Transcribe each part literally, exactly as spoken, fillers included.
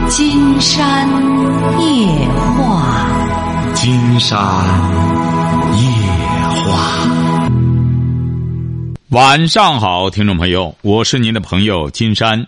金山夜话， 金山夜话。 晚上好，听众朋友，我是您的朋友金山。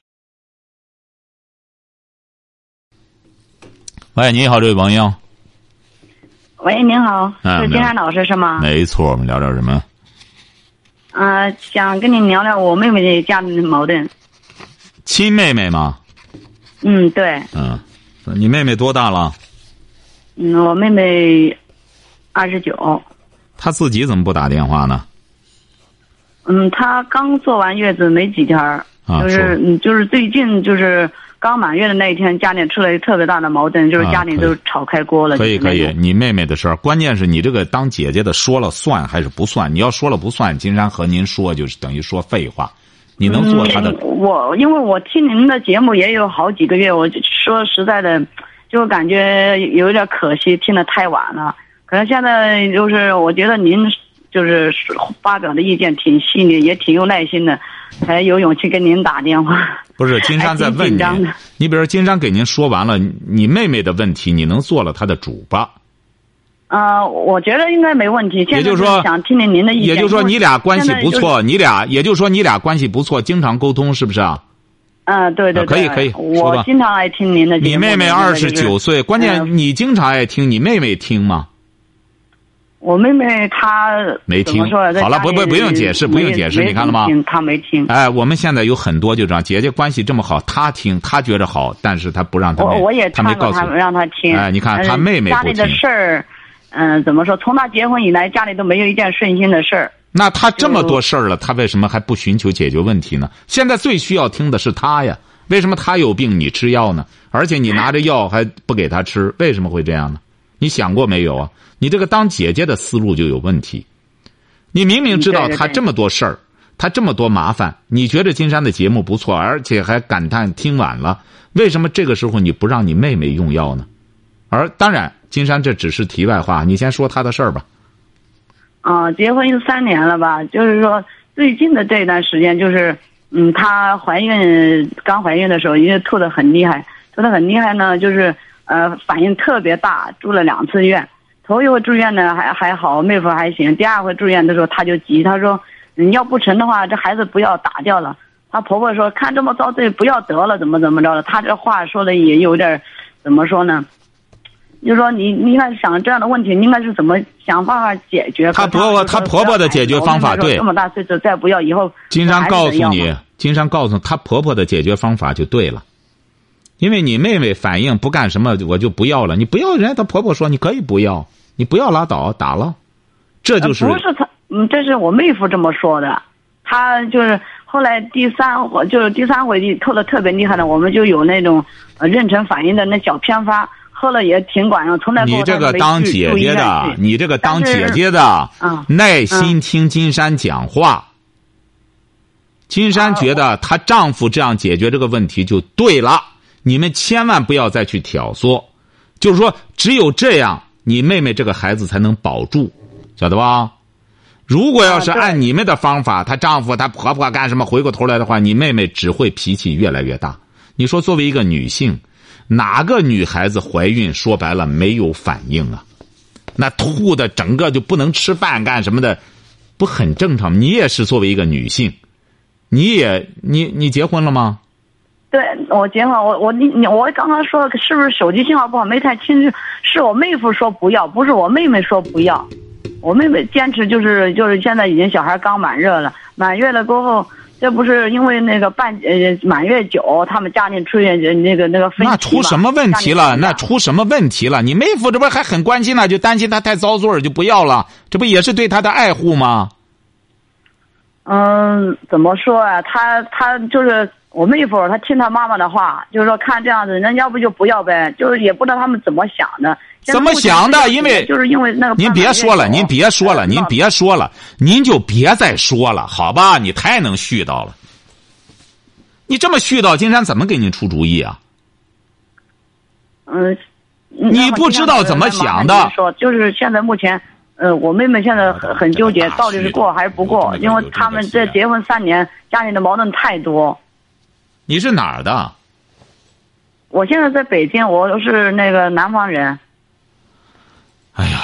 喂，你好，这位朋友。 喂，您好， 嗯、 是金山老师是吗？ 没错，我们聊点什么？ 呃，想跟您聊聊我妹妹的家庭矛盾。 亲妹妹吗？ 嗯，对。 嗯，你妹妹多大了？ 嗯，我妹妹二十九。 她自己怎么不打电话呢？ 嗯，她刚坐完月子没几天儿、 啊， 就是嗯，就是最近就是刚满月的那一天，家里出了特别大的矛盾，就是家里都吵开锅了。 可以可以，你妹妹的事儿，关键是你这个当姐姐的说了算还是不算？你要说了不算，金山和您说就是等于说废话。你能做她的？ 嗯、我因为我听您的节目也有好几个月，我说实在的，就感觉有点可惜，听得太晚了。可能现在就是我觉得您就是发表的意见挺细腻，也挺有耐心的，才有勇气跟您打电话。 不是，金山在问你，你比如说金山给您说完了，你妹妹的问题，你能做了她的主吧？ 呃，我觉得应该没问题。 也就是说， 想听听您的意见。 也就是说，你俩关系不错， 就是、 你俩也就是说你俩关系不错，经常沟通，是不是啊？ 嗯、呃，对对对， 可以可以， 我经常爱听您的节目。 你妹妹二十九岁， 就是、 关键你经常爱听，你妹妹听吗？ 我妹妹她没听。好了，不不不用解释，不用解释，你看了吗？ 她没听。 哎，我们现在有很多就这样，姐姐关系这么好，她听，她觉得好，但是她不让她妹。 我我也她没告诉她让她听。 哎，你看她妹妹不听。 家里的事儿，嗯、呃，怎么说？从她结婚以来，家里都没有一件顺心的事儿。 那她这么多事儿了，她为什么还不寻求解决问题呢？现在最需要听的是她呀。为什么她有病你吃药呢？而且你拿着药还不给她吃，为什么会这样呢？你想过没有啊？你这个当姐姐的思路就有问题。你明明知道她这么多事儿，她这么多麻烦，你觉得金山的节目不错，而且还感叹听晚了，为什么这个时候你不让你妹妹用药呢？而当然，金山这只是题外话，你先说她的事儿吧。 啊、呃，结婚三年了吧？就是说最近的这段时间，就是嗯，她怀孕刚怀孕的时候，因为吐得很厉害，吐得很厉害呢，就是呃反应特别大，住了两次院。头一回住院呢还还好，妹夫还行。第二回住院的时候，她就急，她说：“你要不成的话，这孩子不要打掉了。”她婆婆说：“看这么遭罪，不要得了，怎么怎么着了？”她这话说的也有点，怎么说呢？就说你你应该想这样的问题，你应该是怎么想办法解决？ 她婆婆，她婆婆的解决方法对。 这么大岁数再不要，以后金山告诉你，金山告诉她婆婆的解决方法就对了。因为你妹妹反应不干什么，我就不要了。你不要，人家她婆婆说你可以不要，你不要拉倒，打了，这就是、 呃、不是她，嗯，这是我妹夫这么说的。她就是后来第三回，就是第三回吐的特别厉害的，我们就有那种呃妊娠反应的那小偏方，喝了也挺管用，从来你这个当姐姐的，你这个当姐姐的， 嗯， 耐心听金山讲话。嗯、金山觉得她丈夫这样解决这个问题就对了。你们千万不要再去挑唆，就是说只有这样你妹妹这个孩子才能保住，晓得吧？如果要是按你们的方法，她丈夫她婆婆干什么回过头来的话，你妹妹只会脾气越来越大。你说作为一个女性，哪个女孩子怀孕说白了没有反应啊？那吐的整个就不能吃饭干什么的，不很正常吗？你也是作为一个女性，你也你你结婚了吗？ 对，我结婚，我我你你我刚刚说是不是手机信号不好没太清楚？是我妹夫说不要，不是我妹妹说不要。我妹妹坚持就是就是现在已经小孩刚满月了，满月了过后，这不是因为那个半呃满月酒，他们家里出现那个那个分歧嘛。 那出什么问题了？那出什么问题了？你妹夫这不还很关心呢，就担心他太遭罪就不要了，这不也是对他的爱护吗？ 嗯，怎么说啊？他他就是。我妹夫他听他妈妈的话，就是说看这样子，人要不就不要呗，就是也不知道他们怎么想的。 怎么想的？因为就是因为那个。 您别说了，您别说了，您别说了，您就别再说了，好吧？你太能絮叨了。你这么絮叨，金山怎么给您出主意啊？ 嗯， 你不知道怎么想的。 说就是现在目前，呃，我妹妹现在很很纠结，到底是过还是不过，因为他们这结婚三年，家里的矛盾太多。 你是哪儿的？ 我现在在北京，我是那个南方人。 哎呀，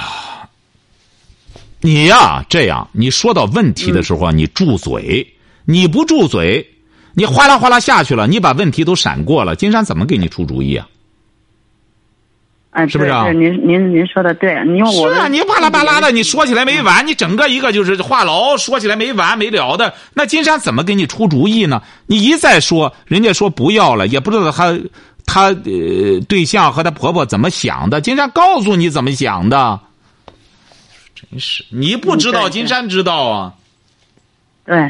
你呀，这样，你说到问题的时候，嗯、你住嘴，你不住嘴，你哗啦哗啦下去了，你把问题都闪过了，金山怎么给你出主意啊？ 哎， 是不是啊？ 您您您说的对，因为我是啊，你巴拉巴拉的，你说起来没完，你整个一个就是话痨，说起来没完没了的。那金山怎么给你出主意呢？你一再说，人家说不要了，也不知道他他呃对象和他婆婆怎么想的。金山告诉你怎么想的，真是你不知道，金山知道啊。 对。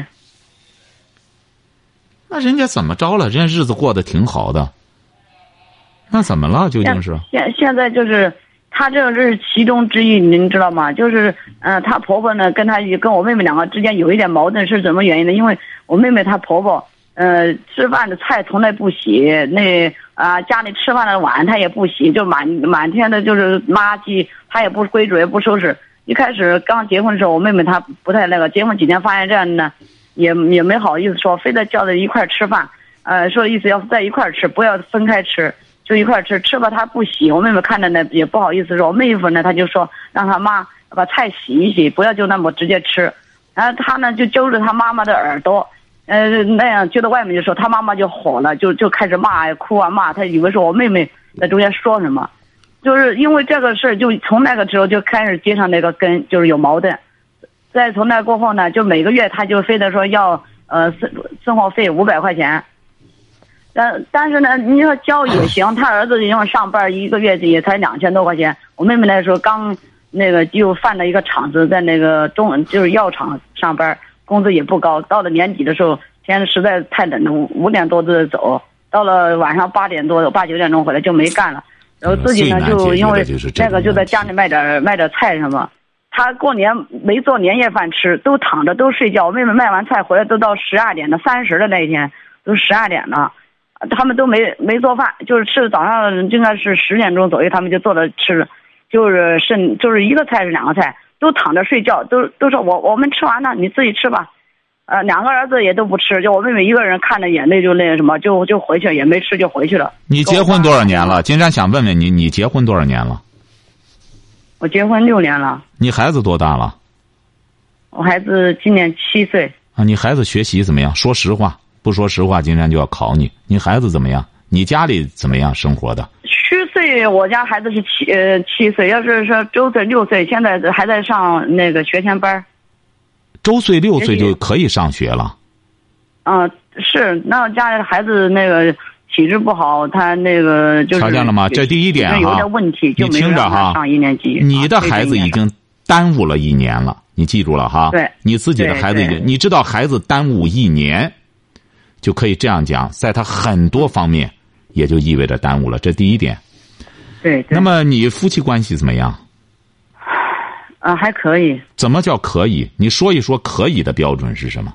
那人家怎么着了？人家日子过得挺好的。那怎么了？究竟是现现在就是她这是其中之一，您知道吗？就是呃，她婆婆呢跟她跟我妹妹两个之间有一点矛盾，是什么原因呢？因为我妹妹她婆婆呃吃饭的菜从来不洗，那啊、呃、家里吃饭的碗她也不洗，就满满天的就是垃圾，她也不归主也不收拾。一开始刚结婚的时候，我妹妹她不太那个，结婚几天发现这样呢，也也没好意思说，非得叫她一块吃饭，呃，说意思要在一块吃，不要分开吃。就一块吃，吃吧他不洗，我妹妹看着呢也不好意思说，我妹夫呢他就说让他妈把菜洗一洗，不要就那么直接吃，然后他呢就揪着他妈妈的耳朵，呃那样揪到外面就说，他妈妈就火了，就就开始骂哭啊骂，他以为是我妹妹在中间说什么，就是因为这个事就从那个时候就开始接上那个根，就是有矛盾，再从那过后呢，就每个月他就非得说要呃生生活费五百块钱。但但是呢，你说交也行，他儿子因为上班一个月也才两千多块钱。我妹妹那时候刚那个就换了一个厂子，在那个中就是药厂上班，工资也不高。到了年底的时候，天实在太冷了，五五点多就走，到了晚上八点多八九点钟回来就没干了。然后自己呢就因为那个就在家里卖点卖点菜什么。他过年没做年夜饭吃，都躺着都睡觉。我妹妹卖完菜回来都到十二点了，三十的那一天都十二点了。他们都没没做饭，就是吃早上应该是十点钟左右，他们就做了吃，就是剩就是一个菜是两个菜，都躺着睡觉，都都说我我们吃完了，你自己吃吧。呃，两个儿子也都不吃，就我妹妹一个人看着眼泪就那什么，就就回去也没吃就回去了。 你结婚多少年了？金山想问问你，你结婚多少年了？ 我结婚六年了。 你孩子多大了？ 我孩子今年七岁。 啊，你孩子学习怎么样？说实话。不说实话，金山就要考你。你孩子怎么样？你家里怎么样生活的？ 虚岁，我家孩子是七呃七岁，要是说周岁六岁，现在还在上那个学前班。 周岁六岁就可以上学了。 嗯、呃，是那家里孩子那个体质不好，他那个就是瞧见了吗？这第一点哈， 有点问题，就没听着哈， 上一年级。 你的孩子已经耽误了一年了，你记住了哈。 对， 你自己的孩子已经，你知道孩子耽误一年。就可以这样讲，在他很多方面，也就意味着耽误了。这第一点。 对。对那么你夫妻关系怎么样？ 啊，还可以。 怎么叫可以？你说一说可以的标准是什么？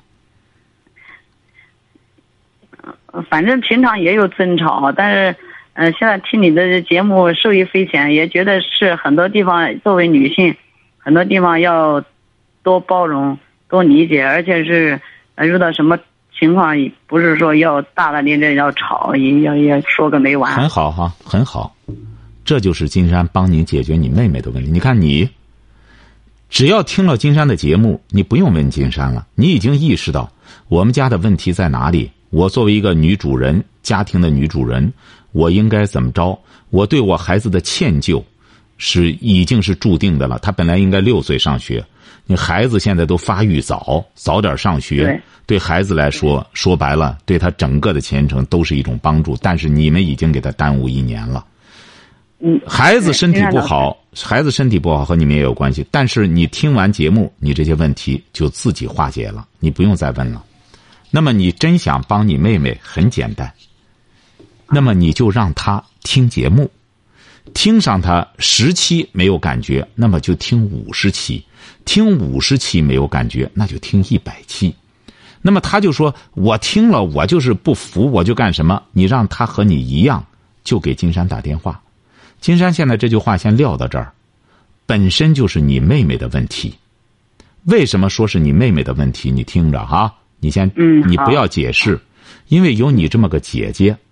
反正平常也有争吵，但是，呃，现在听你的节目受益匪浅，也觉得是很多地方作为女性，很多地方要多包容、多理解，而且是呃遇到什么情况不是说要大大咧咧要吵，也要也说个没完。 很好哈，很好，这就是金山帮您解决你妹妹的问题。你看你，只要听了金山的节目，你不用问金山了，你已经意识到我们家的问题在哪里。我作为一个女主人，家庭的女主人，我应该怎么着？我对我孩子的歉疚是已经是注定的了。他本来应该六岁上学，你孩子现在都发育早，早点上学。 对对孩子来说，说白了，对他整个的前程都是一种帮助。但是你们已经给他耽误一年了。 嗯， 孩子身体不好，孩子身体不好和你们也有关系。但是你听完节目，你这些问题就自己化解了，你不用再问了。那么你真想帮你妹妹，很简单。那么你就让她听节目，听上她十期没有感觉，那么就听五十期，听五十期没有感觉，那就听一百期。那么他就说，我听了我就是不服，我就干什么？你让他和你一样，就给金山打电话。金山现在这句话先撂到这儿，本身就是你妹妹的问题。为什么说是你妹妹的问题？你听着哈，你先， 嗯， 你不要解释，因为有你这么个姐姐，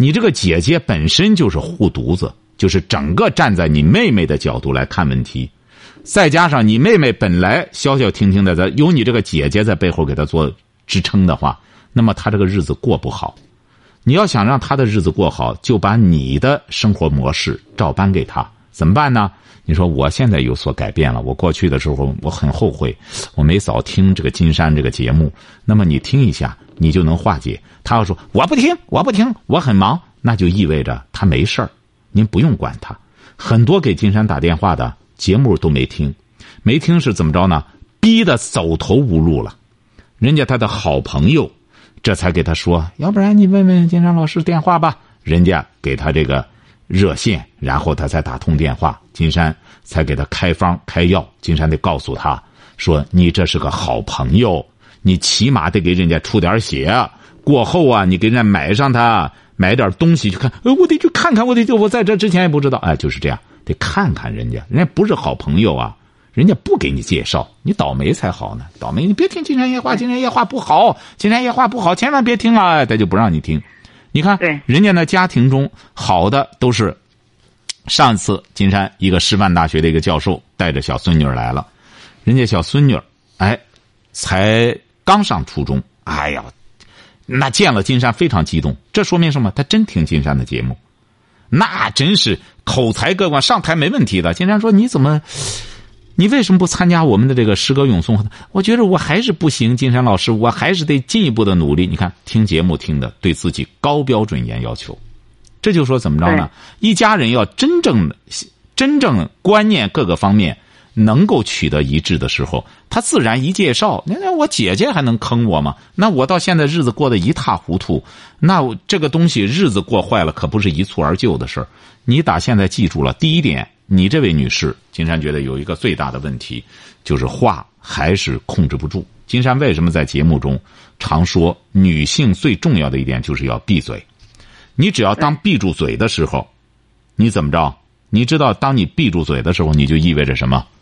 你这个姐姐本身就是护犊子，就是整个站在你妹妹的角度来看问题，再加上你妹妹本来消消停停的，在有你这个姐姐在背后给她做支撑的话，那么她这个日子过不好。你要想让她的日子过好，就把你的生活模式照搬给她，怎么办呢？你说我现在有所改变了，我过去的时候我很后悔，我没早听这个金山这个节目，那么你听一下，你就能化解。他要说我不听我不听我很忙，那就意味着他没事儿，您不用管他。很多给金山打电话的节目都没听，没听是怎么着呢？逼得走投无路了，人家他的好朋友这才给他说，要不然你问问金山老师电话吧，人家给他这个热线，然后他才打通电话，金山才给他开方开药。金山得告诉他说，你这是个好朋友，你起码得给人家出点血，过后啊你给人家买上他，买点东西去看，呃，我得去看看，我得我在这之前也不知道，哎，就是这样，得看看人家，人家不是好朋友啊，人家不给你介绍，你倒霉才好呢，倒霉你别听金山夜话，金山夜话不好，金山夜话不好，千万别听啊，他就不让你听。你看人家那家庭中好的都是，上次金山一个师范大学的一个教授带着小孙女来了，人家小孙女哎才刚上初中，哎呀那见了金山非常激动，这说明什么？他真听金山的节目，那真是口才各方上台没问题的。金山说，你怎么你为什么不参加我们的这个诗歌咏诵？我觉得我还是不行，金山老师，我还是得进一步的努力。你看听节目听的对自己高标准严要求，这就说怎么着呢？一家人要真正真正观念各个方面能够取得一致的时候，他自然一介绍，那我姐姐还能坑我吗？那我到现在日子过得一塌糊涂，那这个东西日子过坏了可不是一蹴而就的事儿。你打现在记住了，第一点，你这位女士，金山觉得有一个最大的问题，就是话还是控制不住。金山为什么在节目中常说，女性最重要的一点就是要闭嘴。你只要当闭住嘴的时候，你怎么着？你知道当你闭住嘴的时候，你就意味着什么？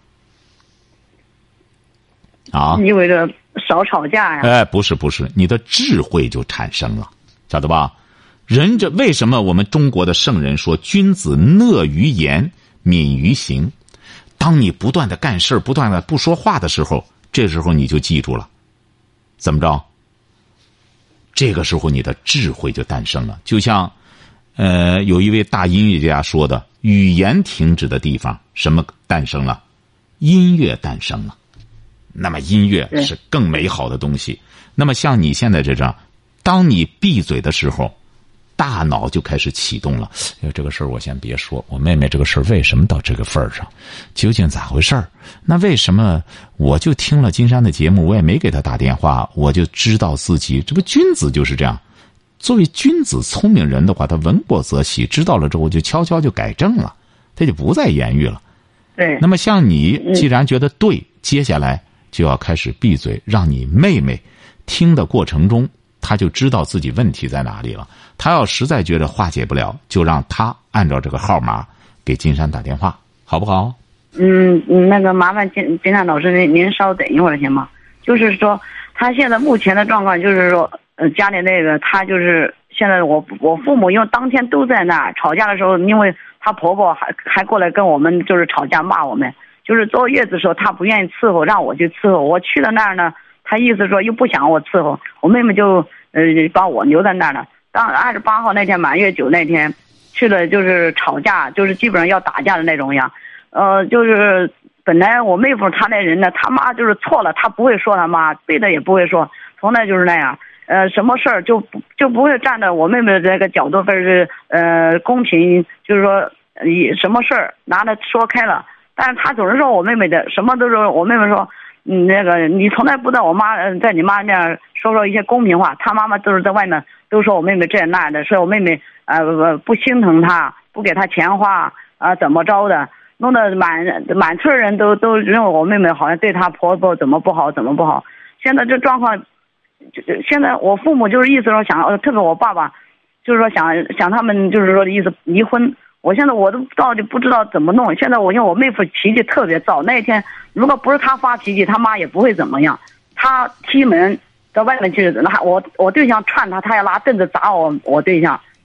啊， 意味着少吵架呀。 哎，不是不是，你的智慧就产生了，晓得吧？人这为什么我们中国的圣人说君子讷于言，敏于行？当你不断的干事，不断的不说话的时候，这时候你就记住了，怎么着？这个时候你的智慧就诞生了。就像呃有一位大音乐家说的，语言停止的地方，什么诞生了？音乐诞生了。那么音乐是更美好的东西。那么像你现在这样，当你闭嘴的时候，大脑就开始启动了。哎，这个事儿我先别说，我妹妹这个事儿为什么到这个份儿上，究竟咋回事儿？那为什么我就听了金山的节目，我也没给他打电话，我就知道自己，这不君子就是这样。作为君子聪明人的话，他闻过则喜，知道了之后就悄悄就改正了，他就不再言语了。 对。 那么像你既然觉得对，接下来就要开始闭嘴，让你妹妹听的过程中，她就知道自己问题在哪里了。她要实在觉得化解不了，就让她按照这个号码给金山打电话，好不好？ 嗯，那个麻烦金金山老师，您您稍等一会儿行吗？就是说，她现在目前的状况就是说，呃，家里那个她就是现在我我父母因为当天都在那儿吵架的时候，因为她婆婆还还过来跟我们就是吵架骂我们。就是坐月子的时候，他不愿意伺候，让我去伺候。我去了那儿呢，他意思说又不想我伺候，我妹妹就呃把我留在那儿了。当二十八号那天满月酒那天去了，就是吵架，就是基本上要打架的那种样。呃，就是本来我妹夫他那人呢，他妈就是错了，他不会说他妈，对的也不会说，从来就是那样。呃，什么事儿就就不会站在我妹妹的这个角度，或者是呃公平，就是说以什么事儿拿着说开了。但是他总是说我妹妹的，什么都是我妹妹说，嗯，那个你从来不在我妈在你妈那样说说一些公平话，他妈妈都是在外面都说我妹妹这样那样的，说我妹妹呃不心疼她，不给她钱花啊、呃、怎么着的，弄得满满村人都都认为我妹妹好像对她婆婆怎么不好怎么不好。现在这状况，现在我父母就是意思说想，特别我爸爸，就是说想想他们就是说的意思离婚。我现在我都到底不知道怎么弄。现在我因为我妹夫脾气特别躁，那一天如果不是他发脾气，他妈也不会怎么样。他踢门到外面去，那我我对象串他，他要拿凳子砸我我对象，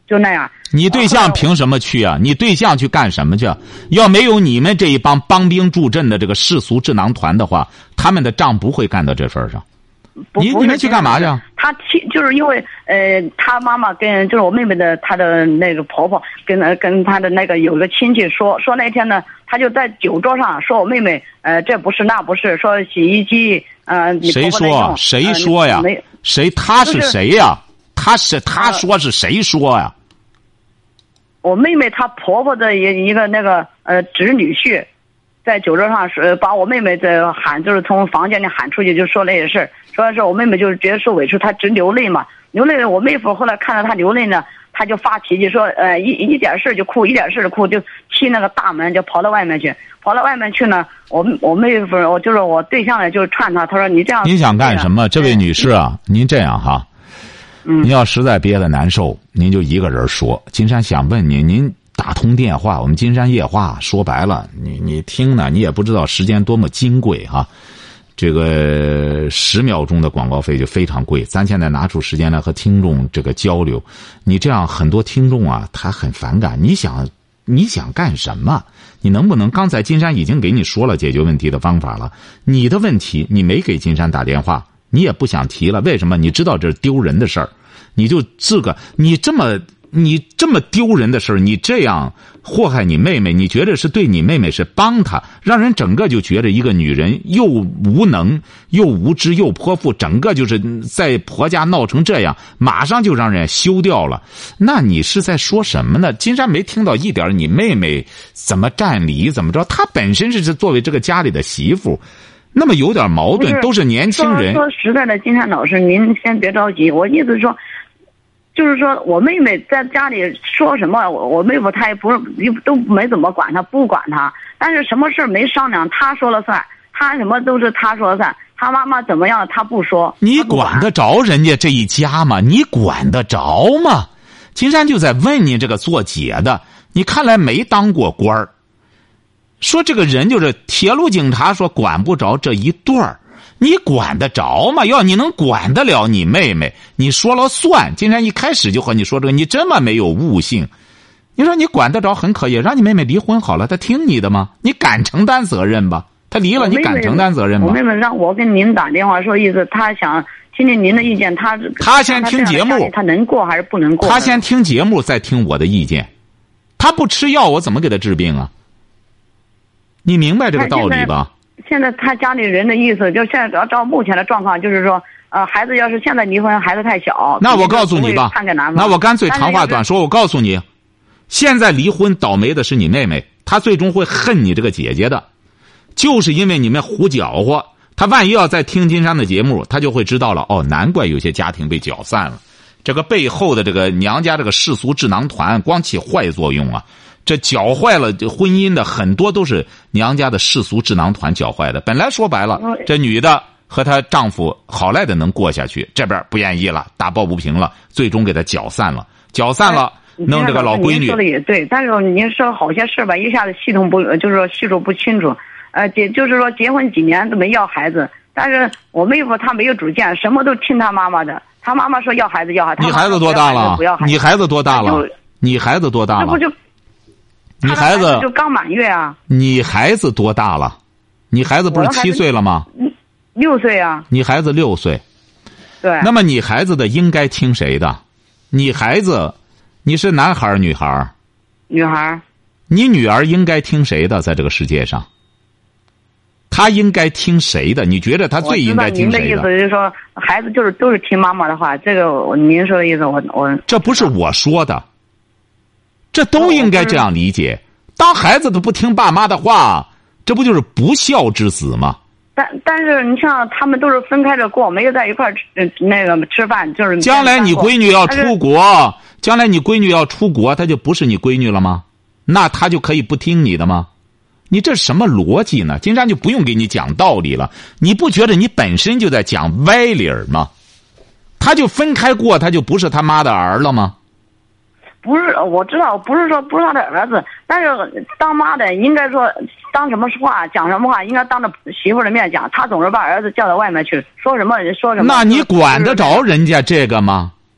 就那样。 你对象凭什么去啊？你对象去干什么去？要没有你们这一帮帮兵助阵的这个世俗智囊团的话，他们的仗不会干到这份上。你你们去干嘛去？ 他亲就是因为呃，他妈妈跟就是我妹妹的她的那个婆婆跟呃跟她的那个有个亲戚说说那天呢，他就在酒桌上说我妹妹呃这不是那不是，说洗衣机呃你谁说谁说呀？呃、谁他是谁呀？他是他说是谁说呀？ 我妹妹她婆婆的一一个那个呃侄女婿，在酒桌上是把我妹妹在喊，就是从房间里喊出去，就说那些事儿，说是我妹妹就是觉得受委屈，她直流泪嘛，流泪。我妹夫后来看到她流泪呢，他就发脾气说，呃一一点事就哭，一点事就哭，就踢那个大门，就跑到外面去，跑到外面去呢。我我妹夫，我就是我对象呢，就是劝他，他说你这样， 您想干什么？这位女士啊，您这样哈。 嗯， 您要实在憋得难受，您就一个人说。金山想问您，您打通电话，我们金山夜话说白了，你你听呢，你也不知道时间多么金贵哈。这个十秒钟的广告费就非常贵，咱现在拿出时间来和听众这个交流。你这样很多听众啊，他很反感。你想你想干什么？你能不能？刚才金山已经给你说了解决问题的方法了。你的问题你没给金山打电话。你也不想提了，为什么？你知道这是丢人的事儿，你就自个你这么你这么丢人的事儿，你这样祸害你妹妹，你觉得是对你妹妹是帮她，让人整个就觉得一个女人又无能又无知又泼妇，整个就是在婆家闹成这样，马上就让人休掉了。那你是在说什么呢？金山没听到一点你妹妹怎么占理怎么着，她本身是作为这个家里的媳妇。那么有点矛盾，都是年轻人。 说说实在的，金山老师，您先别着急。我意思是说，就是说我妹妹在家里说什么，我我妹夫他也不是都没怎么管他，不管他。但是什么事没商量，他说了算，他什么都是他说了算。他妈妈怎么样，他不说。 你管得着人家这一家吗？你管得着吗？金山就在问你这个做姐的，你看来没当过官儿。说这个人就是铁路警察，说管不着这一段儿，你管得着吗？要你能管得了你妹妹，你说了算。金山一开始就和你说这个，你这么没有悟性。你说你管得着很可以，让你妹妹离婚好了，她听你的吗？你敢承担责任吧？她离了，你敢承担责任吗？ 我妹妹让我跟您打电话说，意思她想听听您的意见，她她先听节目， 她能过还是不能过？ 她先听节目，再听我的意见。她不吃药，我怎么给她治病啊？你明白这个道理吧？ 现在他家里人的意思，就现在照目前的状况，就是说，呃，孩子要是现在离婚，孩子太小。 那我告诉你吧，那我干脆长话短说，我告诉你，现在离婚倒霉的是你妹妹，她最终会恨你这个姐姐的，就是因为你们胡搅和。她万一要再听金山的节目，她就会知道了。哦，难怪有些家庭被搅散了，这个背后的这个娘家这个世俗智囊团光起坏作用啊。这搅坏了婚姻的很多都是娘家的世俗智囊团搅坏的。本来说白了，这女的和她丈夫好赖的能过下去，这边不愿意了，打抱不平了，最终给她搅散了，搅散了，弄这个老闺女。 您说的也对，但是您说好些事吧，一下子系统不，就是说系数不清楚。呃，结就是说结婚几年都没要孩子，但是我妹夫他没有主见，什么都听他妈妈的。他妈妈说要孩子要孩子。 你孩子多大了？你孩子多大了？你孩子多大了？ 这不就？ 你孩子就刚满月啊！ 你孩子多大了？你孩子不是七岁了吗？ 六岁啊！ 你孩子六岁。 对。 那么你孩子的应该听谁的？你孩子，你是男孩儿女孩儿？ 女孩儿。 你女儿应该听谁的？在这个世界上，她应该听谁的？你觉得她最应该听谁的？ 您的意思就是说，孩子就是都是听妈妈的话。这个您说的意思，我我这不是我说的。这都应该这样理解。当孩子都不听爸妈的话，这不就是不孝之子吗？ 但但是你像他们都是分开着过，没有在一块儿那个吃饭，就是将来你闺女要出国，将来你闺女要出国，她就不是你闺女了吗？那她就可以不听你的吗？你这什么逻辑呢？金山就不用给你讲道理了。你不觉得你本身就在讲歪理儿吗？他就分开过，他就不是他妈的儿了吗？ 不是，我知道，不是说不是他的儿子，但是当妈的应该说当什么话讲什么话，应该当着媳妇的面讲。他总是把儿子叫到外面去，说什么说什么。 那你管得着人家这个吗？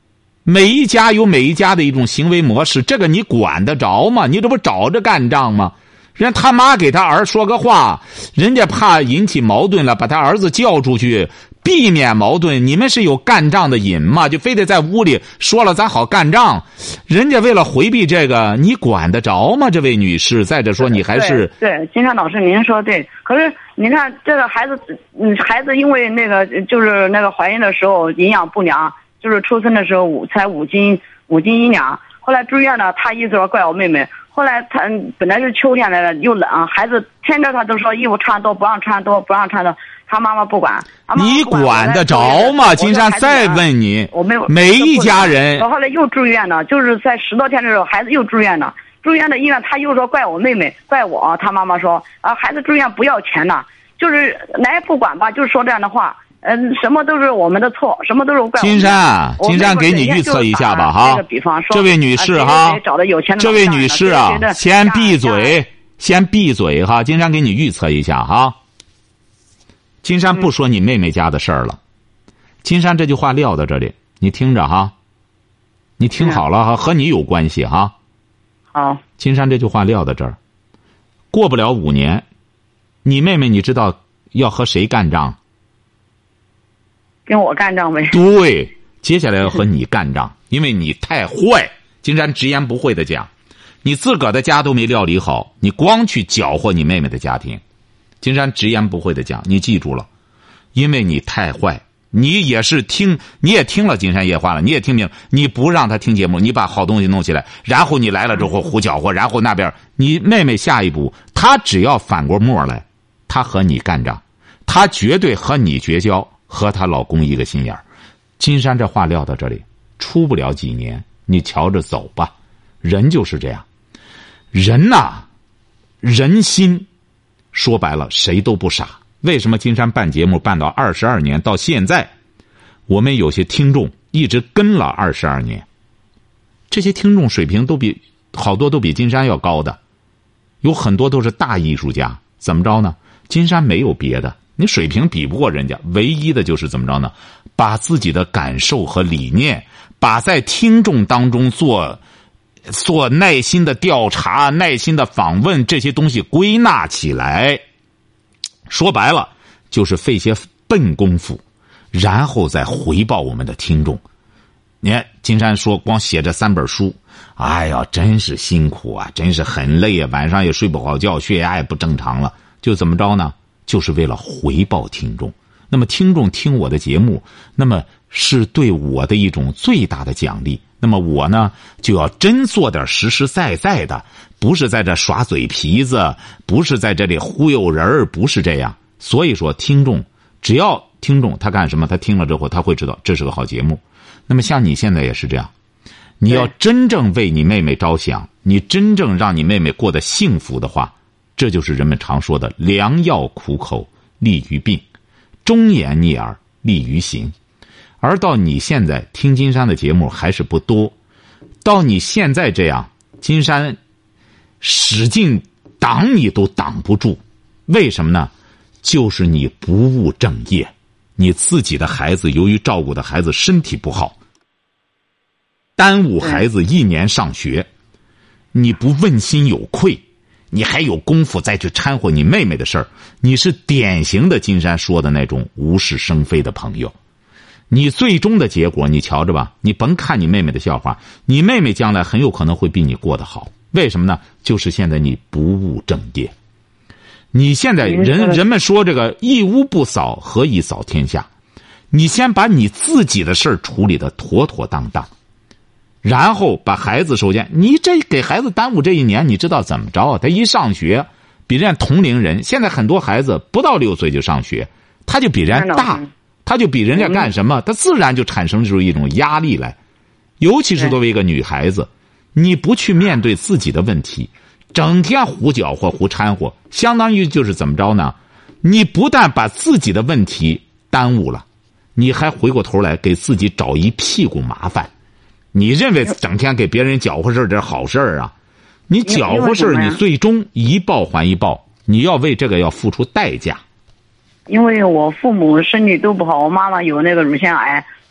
每一家有每一家的一种行为模式，这个你管得着吗？你这不找着干仗吗？人家他妈给他儿说个话，人家怕引起矛盾了，把他儿子叫出去，避免矛盾。你们是有干仗的瘾吗？就非得在屋里说了咱好干仗，人家为了回避这个，你管得着吗？这位女士，再者说你还是对，对金山老师您说对。可是你看这个孩子，嗯，孩子因为那个就是那个怀孕的时候营养不良，就是出生的时候五才五斤五斤一两，后来住院呢，他一直说怪我妹妹。后来他本来是秋天来了，又冷，孩子天天他都说衣服穿多，不让穿多，不让穿多，他妈妈不管。妈妈不管你管得着吗？金山再问你， 我没有每一家人。 我后来又住院了，就是在十多天的时候，孩子又住院了。住院的医院，他又说怪我妹妹，怪我。他妈妈说啊，孩子住院不要钱呐，就是来不管吧，就是说这样的话。嗯，什么都是我们的错，什么都是怪我们。 金山，金山给你预测一下吧，哈。 比方说， 这位女士哈， 找的有钱的这位女士啊，先闭嘴，先闭嘴哈。金山给你预测一下哈。金山不说你妹妹家的事儿了，金山这句话撂到这里，你听着哈，你听好了哈，和你有关系哈。 好。 金山这句话撂到这儿，过不了五年，你妹妹你知道要和谁干仗？ 跟我干仗呗。 对，接下来要和你干仗，因为你太坏。金山直言不讳的讲，你自个儿的家都没料理好，你光去搅和你妹妹的家庭。金山直言不讳的讲，你记住了，因为你太坏，你也是听，你也听了金山夜话了，你也听明，你不让他听节目，你把好东西弄起来，然后你来了之后胡搅和，然后那边你妹妹下一步，她只要反过沫来，她和你干仗，她绝对和你绝交。和她老公一个心眼儿，金山这话撂到这里，出不了几年，你瞧着走吧。人就是这样，人呐、啊，人心，说白了谁都不傻。为什么金山办节目办到二十二年，到现在，我们有些听众一直跟了二十二年，这些听众水平都比好多都比金山要高的，有很多都是大艺术家。怎么着呢？金山没有别的。你水平比不过人家，唯一的就是怎么着呢？把自己的感受和理念，把在听众当中做做耐心的调查、耐心的访问这些东西归纳起来。说白了，就是费些笨功夫，然后再回报我们的听众。你看，金山说光写这三本书，哎呀，真是辛苦啊，真是很累啊，晚上也睡不好觉，血压也不正常了，就怎么着呢？就是为了回报听众。那么听众听我的节目，那么是对我的一种最大的奖励。那么我呢，就要真做点实实在在的，不是在这耍嘴皮子，不是在这里忽悠人，不是这样。所以说，听众只要听众他干什么，他听了之后他会知道这是个好节目。那么像你现在也是这样，你要真正为你妹妹着想，你真正让你妹妹过得幸福的话，这就是人们常说的良药苦口利于病，忠言逆耳利于行。而到你现在听金山的节目还是不多，到你现在这样，金山使劲挡你都挡不住。为什么呢？就是你不务正业，你自己的孩子由于照顾的孩子身体不好，耽误孩子一年上学，你不问心有愧，你还有功夫再去掺和你妹妹的事儿，你是典型的金山说的那种无事生非的朋友。你最终的结果你瞧着吧，你甭看你妹妹的笑话，你妹妹将来很有可能会比你过得好。为什么呢？就是现在你不务正业。你现在人人们说这个一屋不扫何以扫天下，你先把你自己的事儿处理得妥妥当当，然后把孩子首先你这给孩子耽误这一年，你知道怎么着？他一上学比人家同龄人，现在很多孩子不到六岁就上学，他就比人家大，他就比人家干什么，他自然就产生出一种压力来。尤其是作为一个女孩子，你不去面对自己的问题，整天胡搅和胡掺和，相当于就是怎么着呢？你不但把自己的问题耽误了，你还回过头来给自己找一屁股麻烦。你认为整天给别人搅和事儿这是好事儿啊？你搅和事儿，你最终一报还一报，你要为这个要付出代价。 因为我父母身体都不好，我妈妈有那个乳腺癌，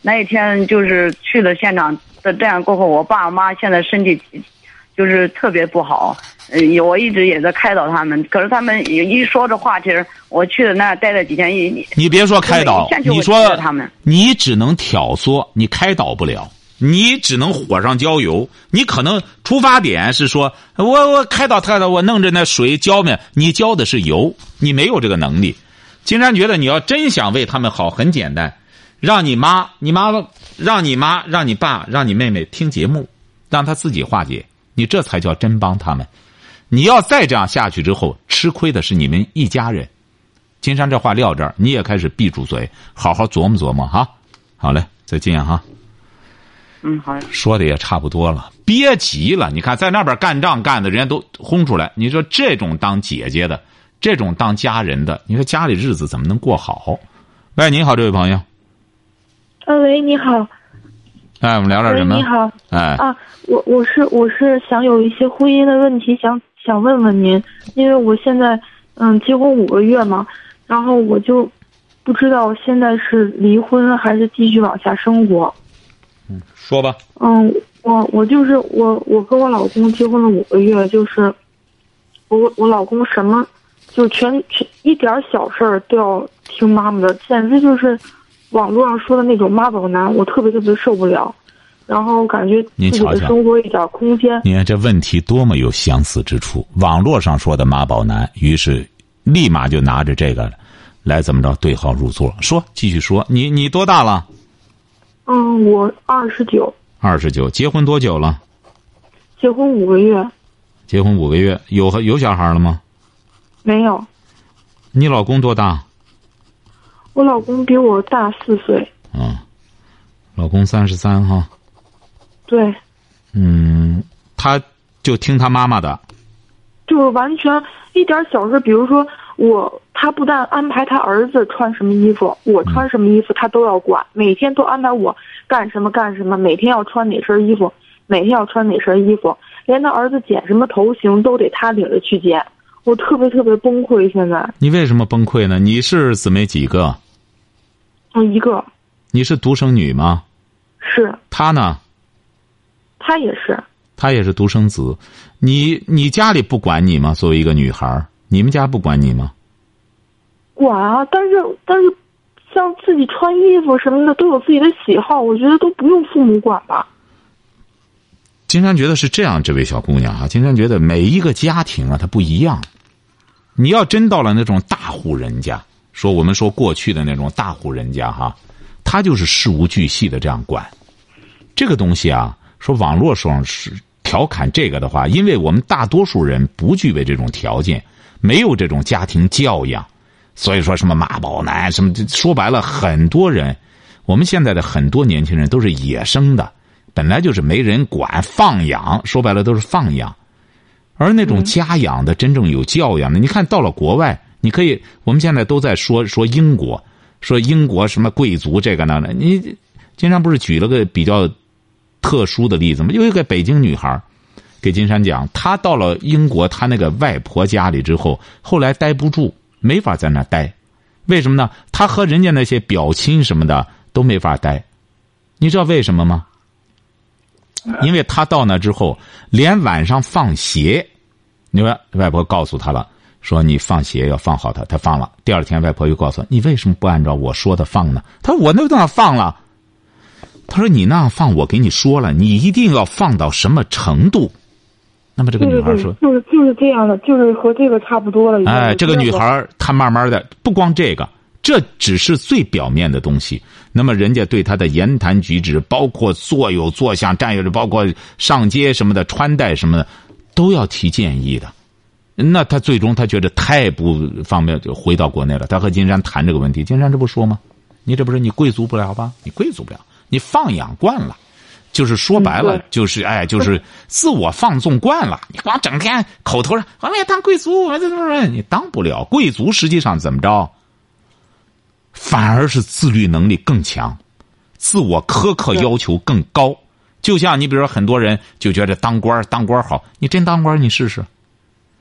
那一天就是去了现场的，这样过后，我爸妈现在身体就是特别不好。嗯，我一直也在开导他们，可是他们一说这话，其实我去了那儿待了几天，一你别说开导，你说他们， 你只能挑唆，你开导不了，你只能火上浇油。你可能出发点是说，我我开导开导，我弄着那水浇面，你浇的是油，你没有这个能力。金山觉得你要真想为他们好，很简单，让你妈、你妈、让你妈、让你爸、让你妹妹听节目，让他自己化解，你这才叫真帮他们。你要再这样下去之后，吃亏的是你们一家人。金山这话撂这儿，你也开始闭住嘴，好好琢磨琢磨哈。好嘞，再见哈。 嗯，好。 说的也差不多了，别急了。你看，在那边干仗干的，人家都轰出来。你说这种当姐姐的，这种当家人的，你说家里日子怎么能过好？喂，你好，这位朋友。 呃，喂，你好。 哎，我们聊点什么？ 你好。 哎。 啊，我我是我是想有一些婚姻的问题想想问问您，因为我现在嗯结婚五个月嘛，然后我就不知道现在是离婚还是继续往下生活。 嗯，说吧。 嗯，我我就是我我跟我老公结婚了五个月，就是我我老公什么就全全一点小事儿都要听妈妈的，简直就是网络上说的那种妈宝男，我特别特别受不了。然后感觉自己的生活一点空间。 你看这问题多么有相似之处。网络上说的妈宝男，于是立马就拿着这个来怎么着对号入座。说，继续说，你你多大了？ 嗯，我二十九。 二十九，结婚多久了？ 结婚五个月。 结婚五个月，有有小孩了吗？ 没有。 你老公多大？ 我老公比我大四岁。 嗯，老公三十三哈。 对。 嗯，他就听他妈妈的。 就是完全一点小事，比如说我，他不但安排他儿子穿什么衣服，我穿什么衣服他都要管，每天都安排我干什么干什么，每天要穿哪身衣服，每天要穿哪身衣服，连他儿子剪什么头型都得他领着去剪，我特别特别崩溃。现在你为什么崩溃呢？你是姊妹几个？ 嗯，一个。 你是独生女吗？ 是。 他呢？ 他也是。 他也是独生子。你你家里不管你吗？作为一个女孩，你们家不管你吗？ 管啊，但是但是像自己穿衣服什么的都有自己的喜好，我觉得都不用父母管吧。 金山觉得是这样，这位小姑娘啊，金山觉得每一个家庭啊它不一样。你要真到了那种大户人家，说我们说过去的那种大户人家哈，他就是事无巨细的这样管。这个东西啊，说网络上是调侃这个的话，因为我们大多数人不具备这种条件，没有这种家庭教养，所以说什么妈宝男什么，说白了，很多人，我们现在的很多年轻人都是野生的，本来就是没人管，放养，说白了都是放养。而那种家养的，真正有教养的，你看到了国外，你可以，我们现在都在说说英国，说英国什么贵族这个那的，你金山不是举了个比较特殊的例子吗？有一个北京女孩给金山讲，她到了英国，她那个外婆家里之后，后来待不住，没法在那待。为什么呢？她和人家那些表亲什么的都没法待。你知道为什么吗？因为她到那之后，连晚上放鞋，你说外婆告诉她了，说你放鞋要放好它，她放了。第二天外婆又告诉她，你为什么不按照我说的放呢？她说我那都要放了。他说你那样放，我给你说了，你一定要放到什么程度。那么这个女孩说， 就是就是这样的，就是和这个差不多了。 哎，这个女孩她慢慢的，不光这个，这只是最表面的东西。那么人家对她的言谈举止，包括坐有坐相、站有，包括上街什么的、穿戴什么的，都要提建议的。那他最终他觉得太不方便，就回到国内了。他和金山谈这个问题，金山这不说吗？你这不是你贵族不了吧？你贵族不了。你放养惯了，就是说白了，就是哎，就是自我放纵惯了。你光整天口头上我们也当贵族，我们这什么？你当不了贵族，实际上怎么着？反而是自律能力更强，自我苛刻要求更高。就像你比如说，很多人就觉得当官当官好，你真当官你试试。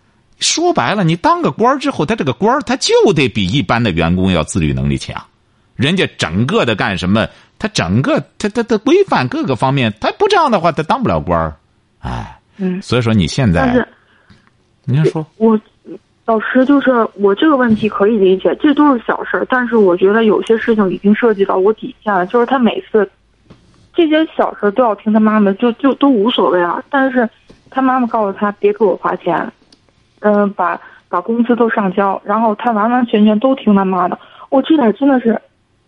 说白了，你当个官之后，他这个官他就得比一般的员工要自律能力强。 人家整个的干什么？他整个他他他规范各个方面，他不这样的话，他当不了官儿。哎， 嗯， 所以说你现在，您说我老师就是我这个问题可以理解，这都是小事儿，但是我觉得有些事情已经涉及到我底线了，就是他每次这些小事都要听他妈妈，就就都无所谓啊。但是他妈妈告诉他别给我花钱，嗯、呃，把把工资都上交，然后他完完全全都听他妈的。我这点真的是，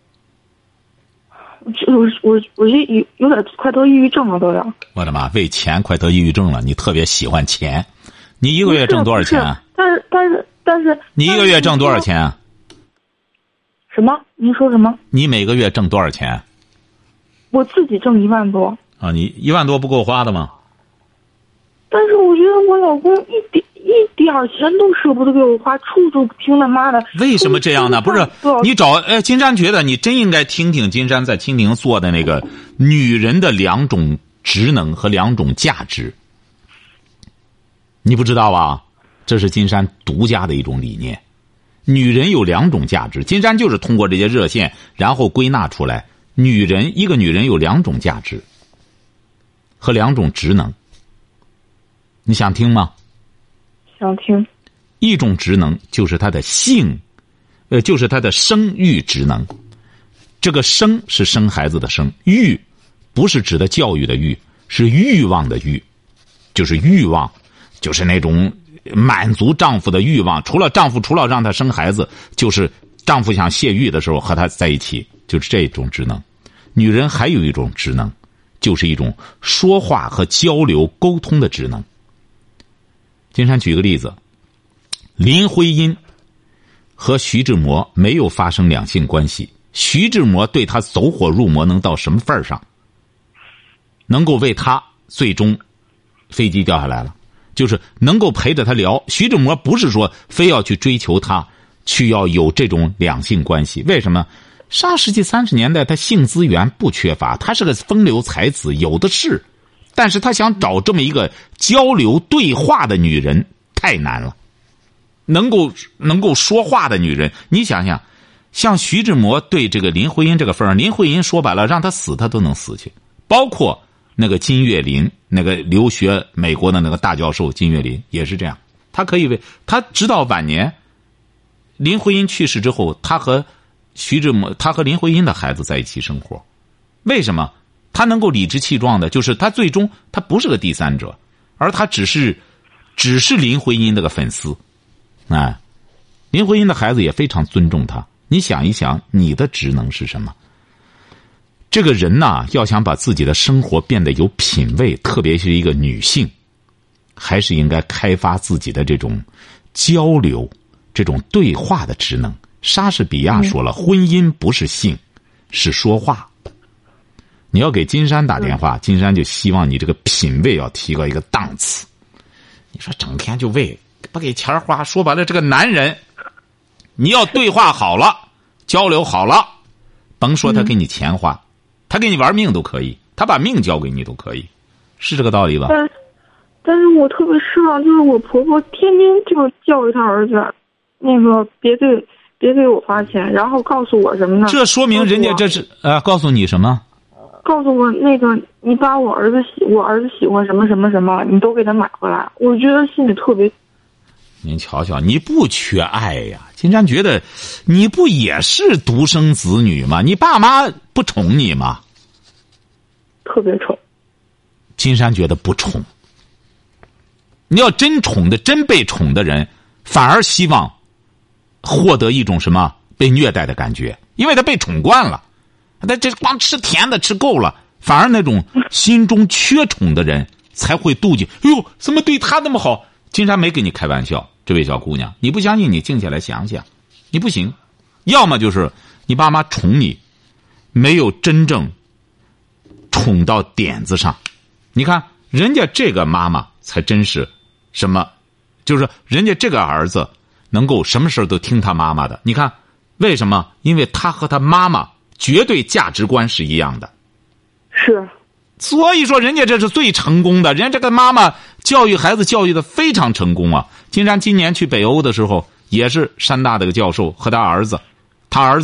我我我这有有点快得抑郁症了都要。 我的妈，为钱快得抑郁症了！你特别喜欢钱，你一个月挣多少钱啊？ 但是但是但是你一个月挣多少钱啊？ 什么？您说什么？ 你每个月挣多少钱？ 我自己挣一万多。 啊，你一万多不够花的吗？ 但是我觉得我老公一点一点钱都舍不得给我花，处处听他妈的。 为什么这样呢？不是你找呃，金山觉得你真应该听听金山在蜻蜓做的那个女人的两种职能和两种价值。你不知道吧？这是金山独家的一种理念。女人有两种价值，金山就是通过这些热线，然后归纳出来，女人一个女人有两种价值和两种职能。你想听吗？ 想听。 一种职能就是她的性，呃，就是她的生育职能。这个生是生孩子的生，育不是指的教育的育，是欲望的欲，就是欲望，就是那种满足丈夫的欲望。除了丈夫除了让她生孩子，就是丈夫想泄欲的时候和她在一起，就是这种职能。女人还有一种职能，就是一种说话和交流沟通的职能。金山举个例子，林徽因和徐志摩没有发生两性关系，徐志摩对他走火入魔能到什么份儿上，能够为他最终飞机掉下来了，就是能够陪着他聊。徐志摩不是说非要去追求他，去要有这种两性关系。为什么？上世纪三十年代他性资源不缺乏，他是个风流才子，有的是，但是他想找这么一个交流对话的女人太难了。能够能够说话的女人，你想想，像徐志摩对这个林徽因这个份儿，林徽因说白了让他死他都能死去。包括那个金岳霖，那个留学美国的那个大教授金岳霖也是这样，他可以为他直到晚年，林徽因去世之后，他和徐志摩他和林徽因的孩子在一起生活。为什么他能够理直气壮的？就是他最终他不是个第三者，而他只是只是林徽因那个粉丝。哎，林徽因的孩子也非常尊重他。你想一想，你的职能是什么？这个人呐，要想把自己的生活变得有品位，特别是一个女性，还是应该开发自己的这种交流、这种对话的职能。莎士比亚说了，婚姻不是性，是说话。你要给金山打电话，金山就希望你这个品位要提高一个档次。你说整天就为不给钱花，说白了，这个男人你要对话好了，交流好了，甭说他给你钱花，嗯、他给你玩命都可以，他把命交给你都可以，是这个道理吧？ 但但是我特别失望，就是我婆婆天天就教育她儿子，那个别给别给我花钱，然后告诉我什么呢？ 这说明人家这是呃，告诉你什么？ 告诉我那个你把我儿子喜我儿子喜欢什么什么什么，你都给他买回来。我觉得心里特别。 您瞧瞧，你不缺爱呀？金山觉得，你不也是独生子女吗？你爸妈不宠你吗？ 特别宠。 金山觉得不宠。你要真宠的、真被宠的人，反而希望获得一种什么被虐待的感觉，因为他被宠惯了。他这光吃甜的吃够了，反而那种心中缺宠的人才会妒忌。哎呦，怎么对他那么好？金山没跟你开玩笑，这位小姑娘，你不相信你静下来想想，你不行。要么就是你爸妈宠你，没有真正宠到点子上。你看人家这个妈妈才真是什么，就是人家这个儿子能够什么事都听他妈妈的。你看为什么？因为他和他妈妈绝对价值观是一样的。 是。 所以说人家这是最成功的，人家这个妈妈教育孩子教育的非常成功啊。金山今年去北欧的时候，也是山大的个教授和他儿子，他儿子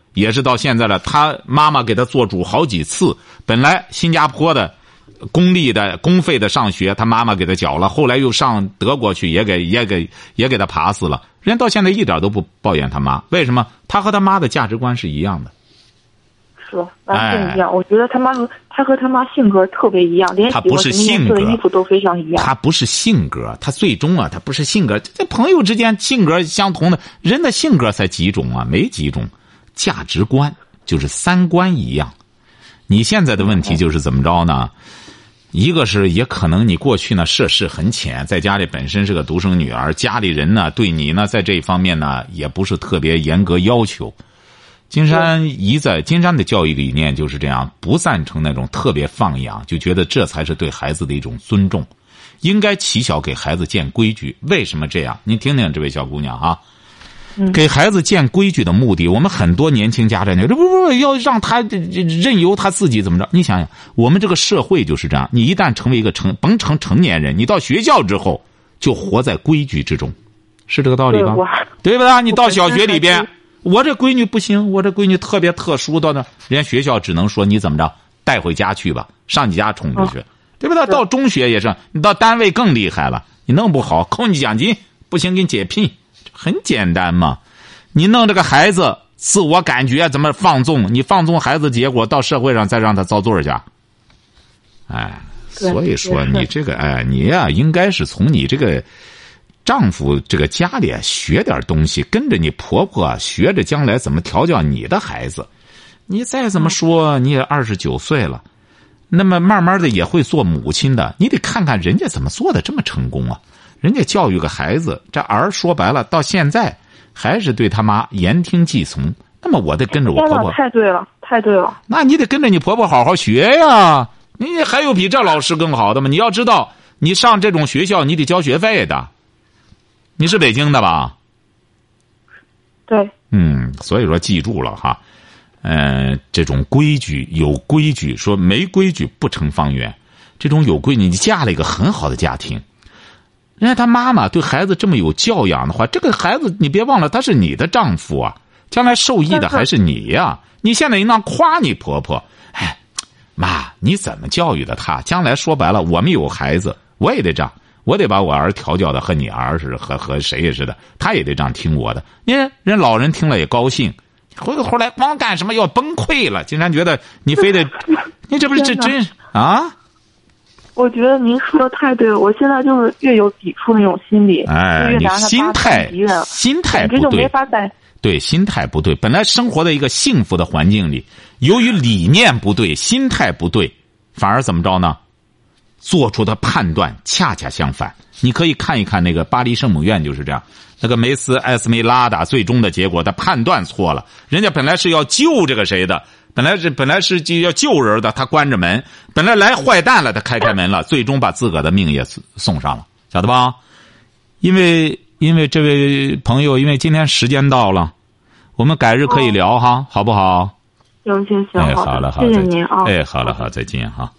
也是到现在了，他妈妈给他做主好几次。本来新加坡的公立的公费的上学，他妈妈给他缴了，后来又上德国去，也给也给也给他爬死了。人到现在一点都不抱怨他妈，为什么？他和他妈的价值观是一样的。 是完全一样、哎、我觉得他妈和他和他妈性格特别一样，连他不是性格， 衣服都非常一样。 他不是性格，他最终啊，他不是性格。这朋友之间性格相同的人的性格才几种啊，没几种。价值观就是三观一样。你现在的问题就是怎么着呢？一个是也可能你过去呢涉世很浅，在家里本身是个独生女儿，家里人呢对你呢在这一方面呢也不是特别严格要求。金山一在金山的教育理念就是这样，不赞成那种特别放养，就觉得这才是对孩子的一种尊重，应该起小给孩子建规矩。为什么这样？您听听这位小姑娘啊，给孩子建规矩的目的，我们很多年轻家长就这不不要让他任由他自己怎么着？你想想，我们这个社会就是这样，你一旦成为一个成甭成成年人，你到学校之后就活在规矩之中，是这个道理吧？对吧？你到小学里边。我这闺女不行，我这闺女特别特殊的呢，人家学校只能说你怎么着带回家去吧，上你家宠着去，哦、对不对？到中学也是，你到单位更厉害了，你弄不好扣你奖金，不行给你解聘，很简单嘛。你弄这个孩子自我感觉怎么放纵？你放纵孩子，结果到社会上再让他遭罪去。哎，所以说你这个哎，你呀、啊、应该是从你这个。丈夫这个家里学点东西，跟着你婆婆学着将来怎么调教你的孩子。你再怎么说你也二十九岁了，那么慢慢的也会做母亲的，你得看看人家怎么做的这么成功啊。人家教育个孩子，这儿说白了到现在还是对他妈言听计从，那么我得跟着我婆婆。 太对了，太对了。 那你得跟着你婆婆好好学呀。你还有比这老师更好的吗？你要知道你上这种学校你得交学费的。你是北京的吧？ 对。 嗯，所以说记住了哈，呃，这种规矩有规矩，说没规矩不成方圆。这种有规矩，你嫁了一个很好的家庭，人家他妈妈对孩子这么有教养的话，这个孩子你别忘了他是你的丈夫啊，将来受益的还是你呀、啊。你现在应当夸你婆婆，哎，妈，你怎么教育的他？将来说白了，我们有孩子，我也得这样。我得把我儿调教的和你儿似的，和和谁也似的，他也得这样听我的。你人老人听了也高兴，回过头来光干什么要崩溃了。金山觉得你非得，你这不是这真啊？ 我觉得您说的太对了，我现在就是越有抵触那种心理， 哎，你心态心态不对， 没法再对心态不对。本来生活在一个幸福的环境里，由于理念不对，心态不对，反而怎么着呢？做出的判断恰恰相反。你可以看一看那个巴黎圣母院就是这样，那个梅斯埃斯梅拉达最终的结果他判断错了，人家本来是要救这个谁的，本来是本来是要救人的，他关着门，本来来坏蛋了，他开开门了，最终把自个的命也送上了，晓得吧？因为因为这位朋友，因为今天时间到了，我们改日可以聊哈，好不好？ 行行行， 哎，好了好了， 谢谢您啊， 哎，好了好，再见哈。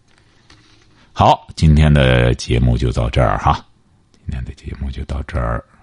好，今天的节目就到这儿哈，今天的节目就到这儿。